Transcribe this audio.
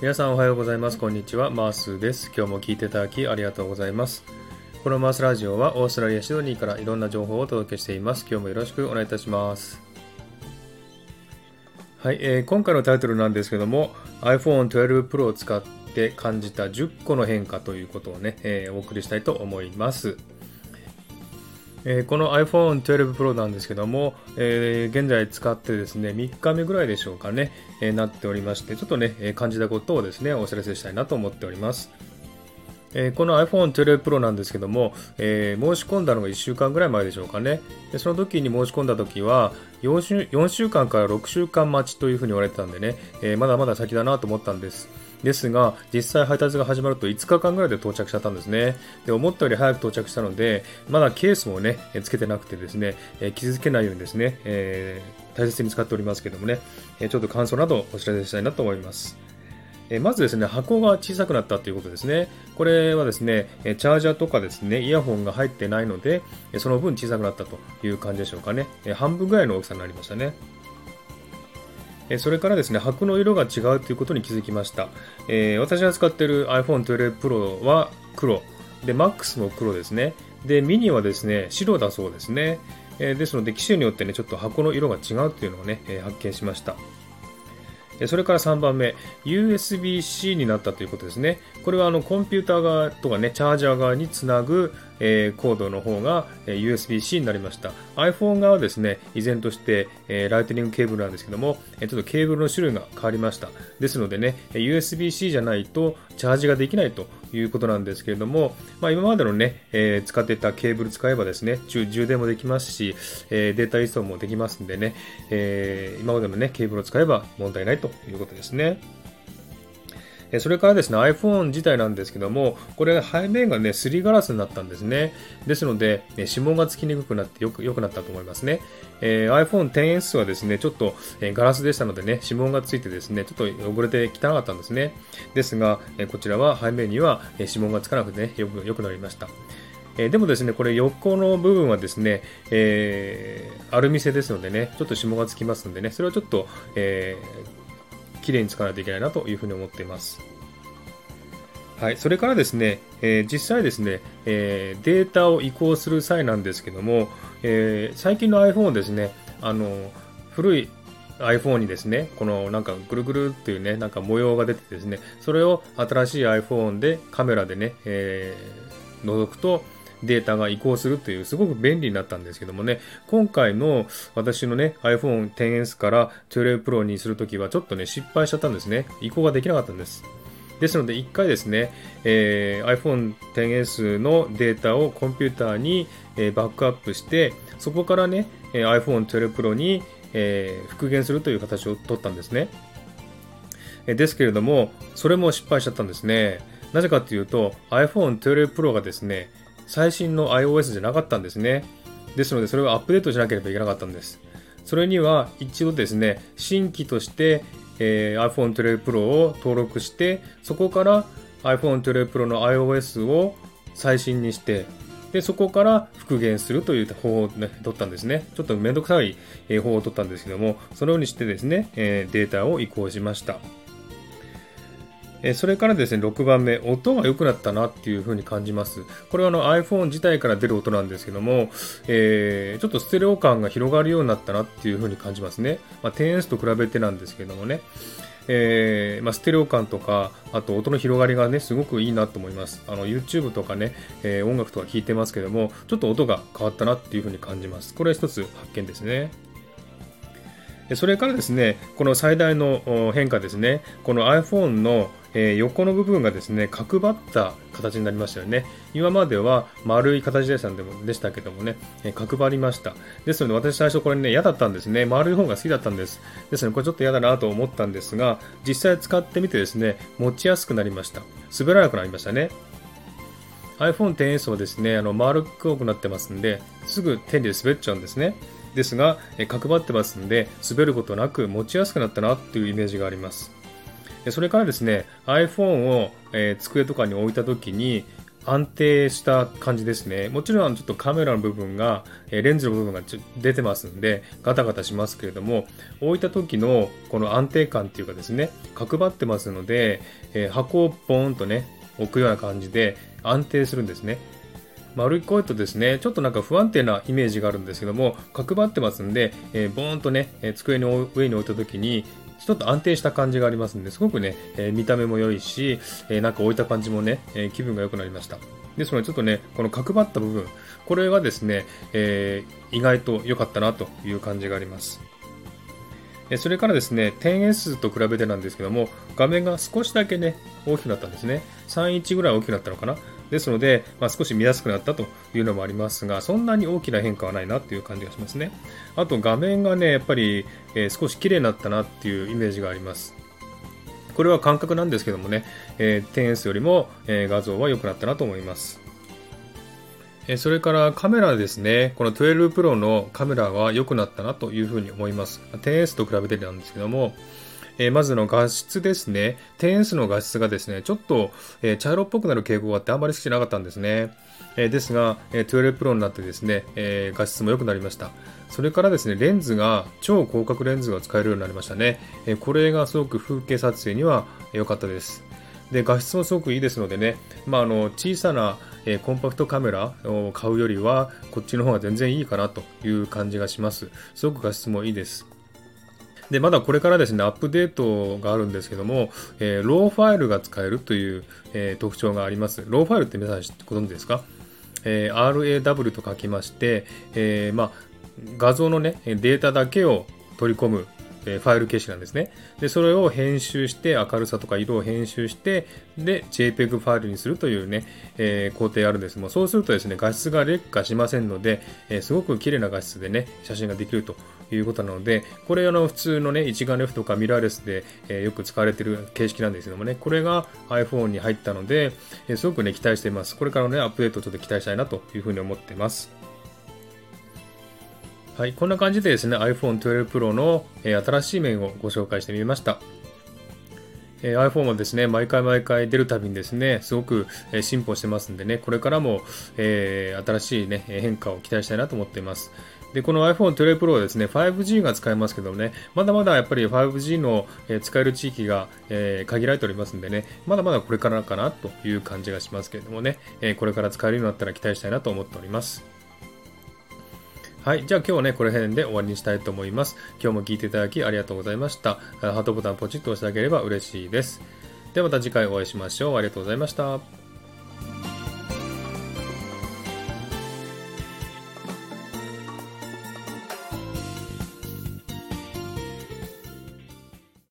皆さんおはようございます。こんにちは。マースです。今日も聞いていただきありがとうございます。このマースラジオはオーストラリア・シドニーからいろんな情報をお届けしています。今日もよろしくお願いいたします。はい、今回のタイトルなんですけども iPhone 12 Pro を使って感じた10個の変化ということをね、お送りしたいと思います。この iPhone 12 Pro なんですけども、現在使ってですね、3日目ぐらいでしょうかね、なっておりまして、ちょっとね、感じたことをですね、お知らせしたいなと思っております。この iPhone 12 Pro なんですけども、申し込んだのが1週間ぐらい前でしょうかね。でその時に申し込んだ時は4週間から6週間待ちというふうに言われてたんでね、まだまだ先だなと思ったんです。ですが、実際配達が始まると5日間ぐらいで到着しちゃったんですね。で、思ったより早く到着したので、まだケースもね、つけてなくてですね、傷つけないようにですね、大切に使っておりますけどもね、ちょっと感想などお知らせしたいなと思います。まずですね、箱が小さくなったということですね。これはですね、チャージャーとかですね、イヤホンが入ってないので、その分小さくなったという感じでしょうかね。半分ぐらいの大きさになりましたね。それからですね、箱の色が違うということに気づきました。私が使っている iPhone 12 Pro は黒。で、Max も黒ですね。で、ミニはですね、白だそうですね。ですので、機種によってね、ちょっと箱の色が違うというのをね、発見しました。それから3番目、USB-C になったということですね。これはコンピューター側とかね、チャージャー側につなぐ、コードの方が、USB-C になりました。iPhone 側はですね、依然として、ライトニングケーブルなんですけども、ちょっとケーブルの種類が変わりました。ですのでね、USB-C じゃないとチャージができないということなんですけれども、今までのね、使っていたケーブル使えばですね、充電もできますし、データ移送もできますんでね、今までのね、ケーブルを使えば問題ないということですね。それからですね、iPhone 自体なんですけども、これ背面がね、すりガラスになったんですね。ですので、指紋がつきにくくなって良くなったと思いますね。iPhone XS はですね、ちょっと、ガラスでしたのでね、指紋がついてですね、ちょっと汚れて汚かったんですね。ですが、こちらは背面には指紋がつかなくてね、良くなりました。でもですね、これ横の部分はですね、アルミ製ですのでね、ちょっと指紋がつきますのでね、それはちょっと、きれいに使わないといけないなというふうに思っています。はい、それからですね、実際ですね、データを移行する際なんですけども、最近の iPhone をですね、古い iPhone にですね、このなんかぐるぐるっていうね、なんか模様が出てですね、それを新しい iPhone でカメラでね、覗くとデータが移行するというすごく便利になったんですけどもね、今回の私のね iPhone XS から12 Pro にするときはちょっとね失敗しちゃったんですね。移行ができなかったんです。ですので一回ですね、iPhone XS のデータをコンピューターに、バックアップしてそこからね iPhone 12 Pro に、復元するという形を取ったんですね。ですけれどもそれも失敗しちゃったんですね。なぜかというと iPhone 12 Pro がですね最新の iOS じゃなかったんですね。ですのでそれをアップデートしなければいけなかったんです。それには一度ですね、新規として、iPhone 12 Pro を登録して、そこから iPhone 12 Pro の iOS を最新にして、でそこから復元するという方法を、ね、取ったんですね。ちょっとめんどくさい方法を取ったんですけども、そのようにしてですね、データを移行しました。それからですね、6番目、音が良くなったなっていう風に感じます。これはiPhone 自体から出る音なんですけども、ちょっとステレオ感が広がるようになったなっていう風に感じますね。10S と比べてなんですけどもね、ステレオ感とか、あと音の広がりがね、すごくいいなと思います。YouTube とかね、音楽とか聴いてますけども、ちょっと音が変わったなっていう風に感じます。これは一つ発見ですね。それからですね、この最大の変化ですね、この iPhone の横の部分がですね、角張った形になりましたよね。今までは丸い形でしたけどもね、角張りました。ですので私最初これね、嫌だったんですね。丸い方が好きだったんです。ですのでこれちょっと嫌だなと思ったんですが、実際使ってみてですね、持ちやすくなりました。滑らなくなりましたね。iPhone XS はですね、丸くなってますんで、すぐ手で滑っちゃうんですね。ですが、角張ってますんで、滑ることなく持ちやすくなったなっていうイメージがあります。それからですね、iPhone を、机とかに置いたときに、 安定した感じですね。もちろんちょっとカメラの部分が、レンズの部分が出てますんで、ガタガタしますけれども、置いた時のこの安定感っていうかですね、角張ってますので、箱をポーンとね、置くような感じで安定するんですね。丸い声とですね、ちょっとなんか不安定なイメージがあるんですけども、角張ってますんで、ボーンとね、机の上に置いた時に、ちょっと安定した感じがありますんで、すごくね、見た目も良いし、なんか置いた感じもね、気分が良くなりました。ですので、ちょっとね、この角張った部分、これがですね、意外と良かったなという感じがあります。それからですね、10S と比べてなんですけども、画面が少しだけね、大きくなったんですね。3インチぐらい大きくなったのかな。ですので、少し見やすくなったというのもありますが、そんなに大きな変化はないなという感じがしますね。あと画面がね、やっぱり、少し綺麗になったなっていうイメージがあります。これは感覚なんですけどもね、10S よりも、画像は良くなったなと思います。それからカメラですね。この12 Pro のカメラは良くなったなというふうに思います。10S と比べてなんですけども、まずの画質ですね。10S の画質がですね、ちょっと、茶色っぽくなる傾向があってあんまり好きじゃなかったんですね。ですが、12 Pro になってですね、画質も良くなりました。それからですね、レンズが超広角レンズが使えるようになりましたね。これがすごく風景撮影には良かったです。で、画質もすごくいいですのでね、小さなコンパクトカメラを買うよりはこっちの方が全然いいかなという感じがします。すごく画質もいいです。で、まだこれからですね、アップデートがあるんですけども、ローファイルが使えるという、特徴があります。ローファイルって皆さんご存知ですか？RAW と書きまして、画像のね、データだけを取り込むファイル形式なんですね。で、それを編集して、明るさとか色を編集して、で、JPEG ファイルにするというね、工程あるんですが、そうするとですね、画質が劣化しませんので、すごく綺麗な画質でね、写真ができるということなので、これ普通のね、一眼レフとかミラーレスで、よく使われている形式なんですけどもね、これが iPhone に入ったので、すごくね、期待しています。これからのね、アップデートをちょっと期待したいなというふうに思っています。はい、こんな感じでですね、iPhone 12 Pro の新しい面をご紹介してみました。iPhone はですね、毎回出るたびにですね、すごく進歩してますんでね、これからも新しいね、変化を期待したいなと思っています。で、この iPhone 12 Pro はですね、5G が使えますけどね、まだまだやっぱり 5G の使える地域が限られておりますんでね、まだまだこれからかなという感じがしますけれどもね、これから使えるようになったら期待したいなと思っております。はい。じゃあ今日はね、この辺で終わりにしたいと思います。今日も聞いていただきありがとうございました。ハートボタンポチッと押してあげれば嬉しいです。ではまた次回お会いしましょう。ありがとうございました。